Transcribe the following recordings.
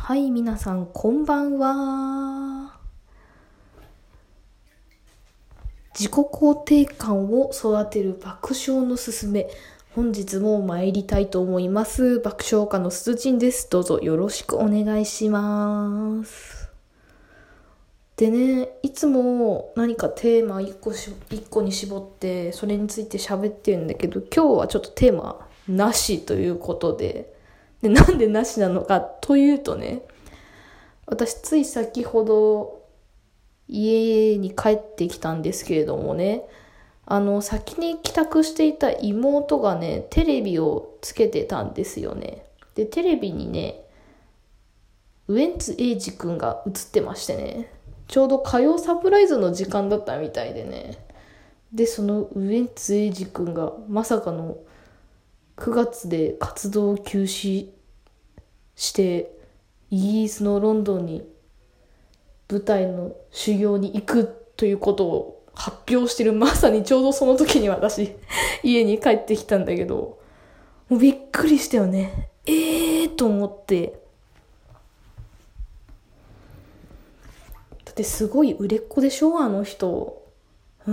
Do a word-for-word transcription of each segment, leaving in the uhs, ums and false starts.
はい、皆さんこんばんは。自己肯定感を育てる爆笑のすすめ。本日も参りたいと思います。爆笑家のすずちんです。どうぞよろしくお願いします。でね、いつも何かテーマ一個し、一個に絞ってそれについて喋ってるんだけど、今日はちょっとテーマなしということで、で、なんでなしなのかというとね、私つい先ほど家に帰ってきたんですけれどもね、あの先に帰宅していた妹がね、テレビをつけてたんですよね。で、テレビにね、ウエンツ瑛士くんが映ってましてね、ちょうど火曜サプライズの時間だったみたいでね、で、そのウエンツ瑛士くんがまさかのくがつで活動休止してイギリスのロンドンに舞台の修行に行くということを発表してる、まさにちょうどその時に私家に帰ってきたんだけど、もうびっくりしたよね。えーと思って、だってすごい売れっ子でしょ、あの人。うん。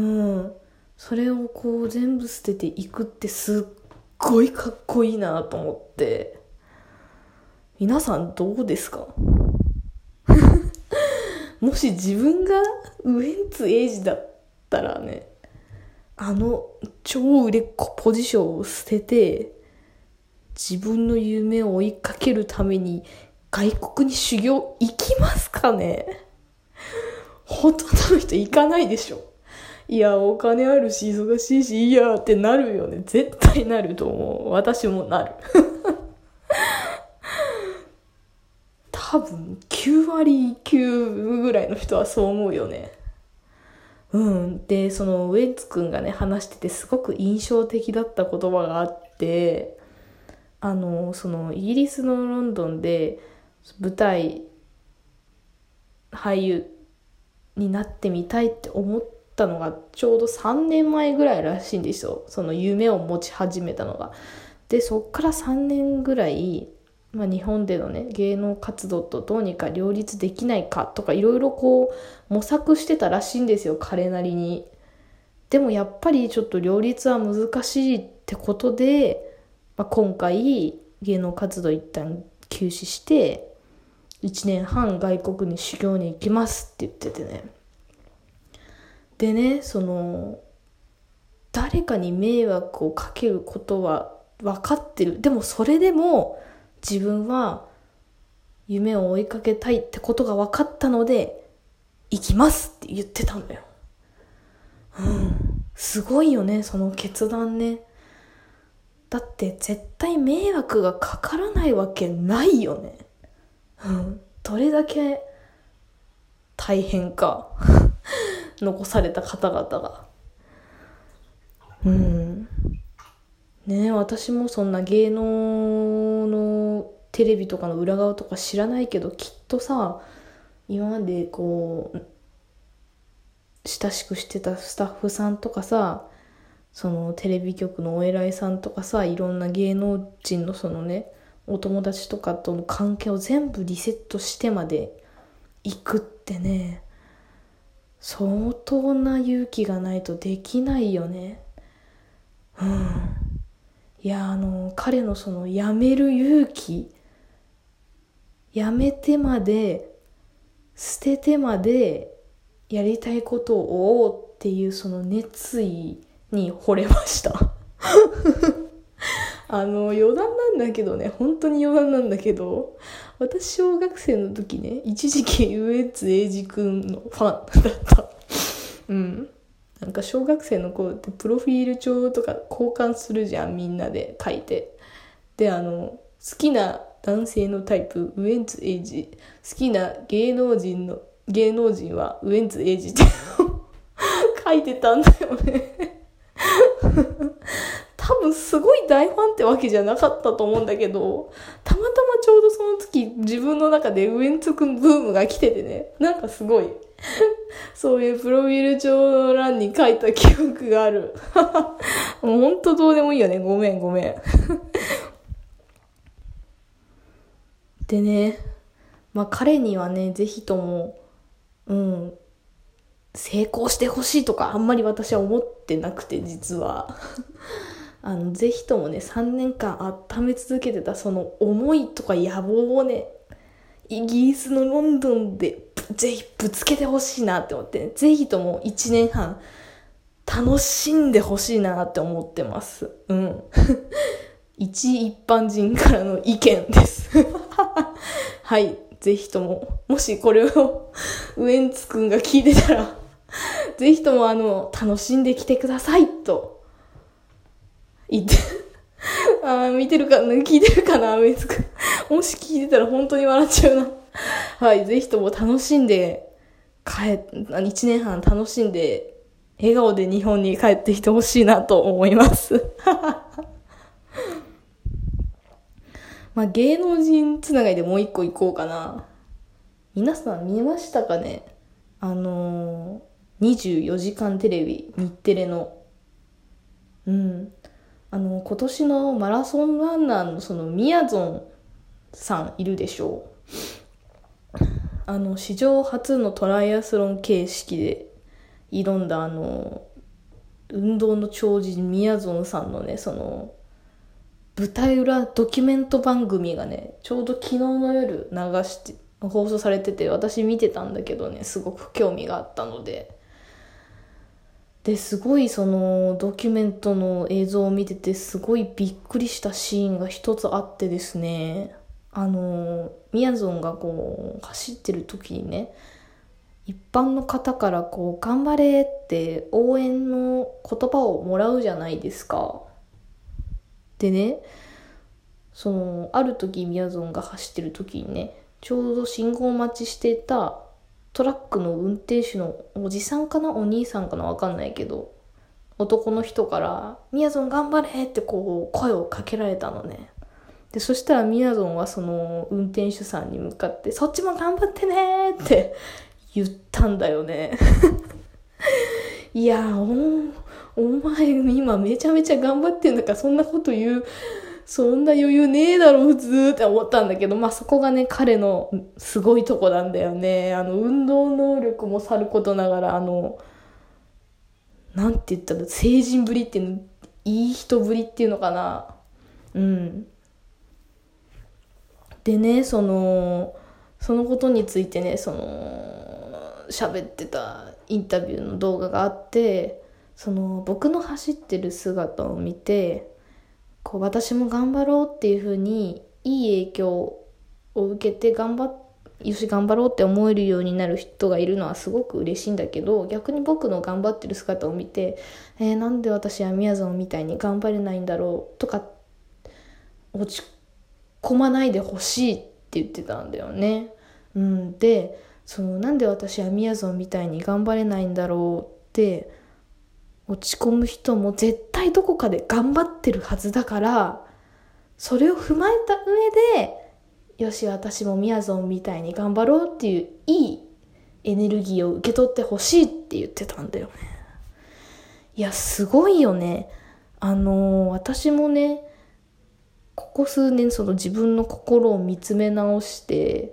それをこう全部捨てていくってすっごいかっこいいなと思って。皆さんどうですか？もし自分がウエンツ瑛士だったらね、あの超売れっ子ポジションを捨てて自分の夢を追いかけるために外国に修行行きますかね？ほとんどの人行かないでしょ。いや、お金あるし忙しいしいいやってなるよね。絶対なると思う。私もなる。多分きゅうわりきゅうぐらいの人はそう思うよね。うん。で、そのウエンツくんがね、話しててすごく印象的だった言葉があって、あの、そのイギリスのロンドンで舞台俳優になってみたいって思ったのがちょうどさんねんまえぐらいらしいんですよ。その夢を持ち始めたのが。で、そっからさんねんぐらい、まあ、日本でのね、芸能活動とどうにか両立できないかとかいろいろこう模索してたらしいんですよ、彼なりに。でもやっぱりちょっと両立は難しいってことで、まあ、今回芸能活動一旦休止していちねんはん外国に修行に行きますって言っててね。でね、その誰かに迷惑をかけることは分かってる。でもそれでも自分は夢を追いかけたいってことが分かったので行きますって言ってたんだよ。うん、すごいよね、その決断ね。だって絶対迷惑がかからないわけないよね。うん、どれだけ大変か残された方々が。うんねえ、私もそんな芸能のテレビとかの裏側とか知らないけど、きっとさ、今までこう親しくしてたスタッフさんとかさ、そのテレビ局のお偉いさんとかさ、いろんな芸能人のそのね、お友達とかとの関係を全部リセットしてまで行くってね、相当な勇気がないとできないよね。うん。いや、あの彼のその辞める勇気、辞めてまで捨ててまでやりたいことを追おうっていうその熱意に惚れましたあの余談なんだけどね、本当に余談なんだけど、私小学生の時ね、一時期ウエンツ瑛士くんのファンだったうんなんか小学生の頃ってプロフィール帳とか交換するじゃん、みんなで書いて。で、あの好きな男性のタイプウエンツ瑛士、好きな芸能人の芸能人はウエンツ瑛士って書いてたんだよね多分すごい大ファンってわけじゃなかったと思うんだけど、たまたまちょうどその時自分の中でウエンツくんブームが来ててね、なんかすごいそういうプロフィール帳の欄に書いた記憶があるもうほんとどうでもいいよね、ごめんごめんでね、 まあ彼にはね、ぜひとも、うん、成功してほしいとかあんまり私は思ってなくて、実は。あの、ぜひともね、さんねんかん温め続けてたその思いとか野望をね、イギリスのロンドンでぜひぶつけてほしいなって思って、ね、ぜひともいちねんはん楽しんでほしいなって思ってます。うん。一一般人からの意見です。はい。ぜひとも、もしこれをウエンツくんが聞いてたら、ぜひともあの、楽しんできてくださいと言って、あ見てるかな、聞いてるかな、ウエンツくん。もし聞いてたら本当に笑っちゃうな。はい。ぜひとも楽しんで、帰、いちねんはん楽しんで、笑顔で日本に帰ってきてほしいなと思います。まあ芸能人つながりでもう一個行こうかな。皆さん見ましたかね？あのー、にじゅうよじかんテレビ、日テレの。うん。あの、今年のマラソンランナーのそのみやぞんさんいるでしょう。あの、史上初のトライアスロン形式で挑んだあの、運動の超人みやぞんさんのね、その、舞台裏ドキュメント番組がね、ちょうど昨日の夜流して放送されてて、私見てたんだけどね、すごく興味があったので、ですごいそのドキュメントの映像を見ててすごいびっくりしたシーンが一つあってですね、あのみやぞんがこう走ってる時にね、一般の方からこう頑張れって応援の言葉をもらうじゃないですか。でね、そのある時みやぞんが走ってる時にね、ちょうど信号待ちしていたトラックの運転手のおじさんかなお兄さんかなわかんないけど、男の人からみやぞん頑張れってこう声をかけられたのね。でそしたらみやぞんはその運転手さんに向かってそっちも頑張ってねって言ったんだよね。いやおお前今めちゃめちゃ頑張ってんだからそんなこと言うそんな余裕ねえだろ普通って思ったんだけど、まあそこがね彼のすごいとこなんだよね。あの運動能力もさることながら、あのなんて言ったら成人ぶりっていうの、いい人ぶりっていうのかな。うんでね、そのそのことについてね、その喋ってたインタビューの動画があって、その僕の走ってる姿を見てこう私も頑張ろうっていう風にいい影響を受けて頑張っよし頑張ろうって思えるようになる人がいるのはすごく嬉しいんだけど、逆に僕の頑張ってる姿を見て、えー、なんで私はみやぞんみたいに頑張れないんだろうとか落ち込まないでほしいって言ってたんだよね。うん、でそのなんで私はみやぞんみたいに頑張れないんだろうって落ち込む人も絶対どこかで頑張ってるはずだから、それを踏まえた上でよし私もみやぞんみたいに頑張ろうっていういいエネルギーを受け取ってほしいって言ってたんだよね。いやすごいよね。あのー、私もねここ数年その自分の心を見つめ直して、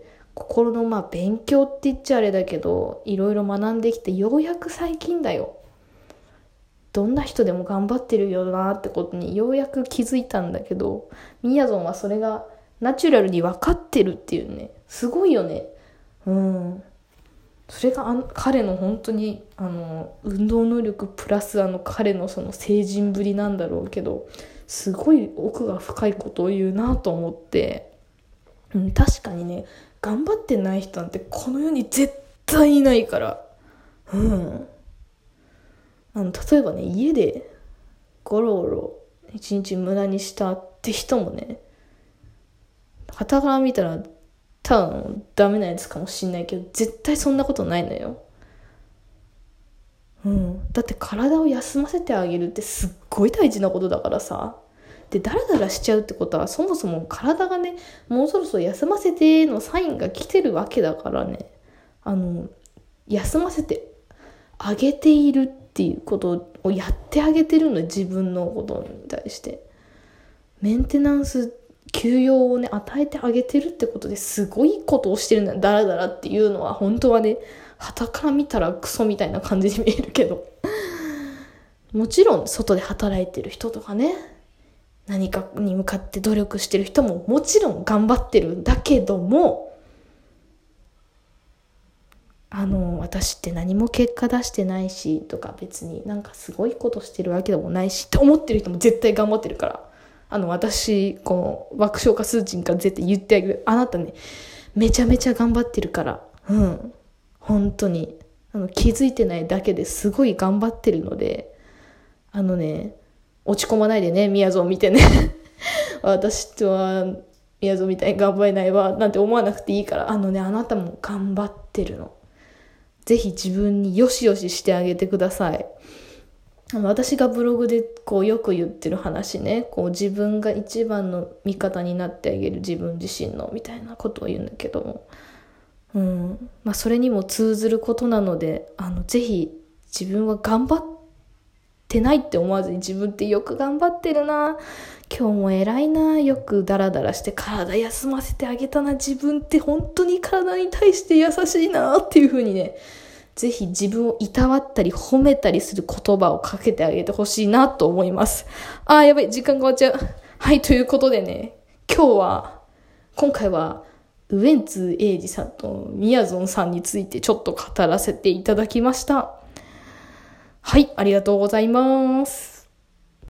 心のまあ勉強って言っちゃあれだけどいろいろ学んできて、ようやく最近だよ、どんな人でも頑張ってるよなってことにようやく気づいたんだけど、みやぞんはそれがナチュラルに分かってるっていうね、すごいよね。うんそれがあの彼の本当にあの運動能力プラスあの彼のその成人ぶりなんだろうけど、すごい奥が深いことを言うなと思って、うん、確かにね頑張ってない人なんてこの世に絶対いないから、うんあの例えばね家でゴロゴロ一日無駄にしたって人もね、傍から見たらただのダメなやつかもしんないけど絶対そんなことないのよ。うん、だって体を休ませてあげるってすっごい大事なことだからさ。でダラダラしちゃうってことはそもそも体がねもうそろそろ休ませてのサインが来てるわけだからね、あの休ませてあげているっていうことをやってあげてるの、自分のことに対してメンテナンス休養をね、与えてあげてるってことですごいことをしてるんだ。だらだらっていうのは、本当はね、傍から見たらクソみたいな感じに見えるけど。もちろん、外で働いてる人とかね、何かに向かって努力してる人ももちろん頑張ってるんだけども、あの、私って何も結果出してないし、とか別になんかすごいことしてるわけでもないしって思ってる人も絶対頑張ってるから。あの、私、この、爆笑家スーチンから絶対言ってあげる。あなたね、めちゃめちゃ頑張ってるから。うん。本当に。あの、気づいてないだけですごい頑張ってるので、あのね、落ち込まないでね、みやぞん見てね。私とは、みやぞんみたいに頑張れないわ、なんて思わなくていいから、あのね、あなたも頑張ってるの。ぜひ自分によしよししてあげてください。あの私がブログでこうよく言ってる話ね、こう自分が一番の味方になってあげる自分自身のみたいなことを言うんだけども、うん、まあそれにも通ずることなので、あのぜひ自分は頑張ってないって思わずに、自分ってよく頑張ってるな、今日も偉いな、よくダラダラして体休ませてあげたな、自分って本当に体に対して優しいなっていう風にね、ぜひ自分をいたわったり褒めたりする言葉をかけてあげてほしいなと思います。あーやばい、時間が終わっちゃう。はい、ということでね、今日は、今回はウエンツ瑛士さんとみやぞんさんについてちょっと語らせていただきました。はい、ありがとうございます。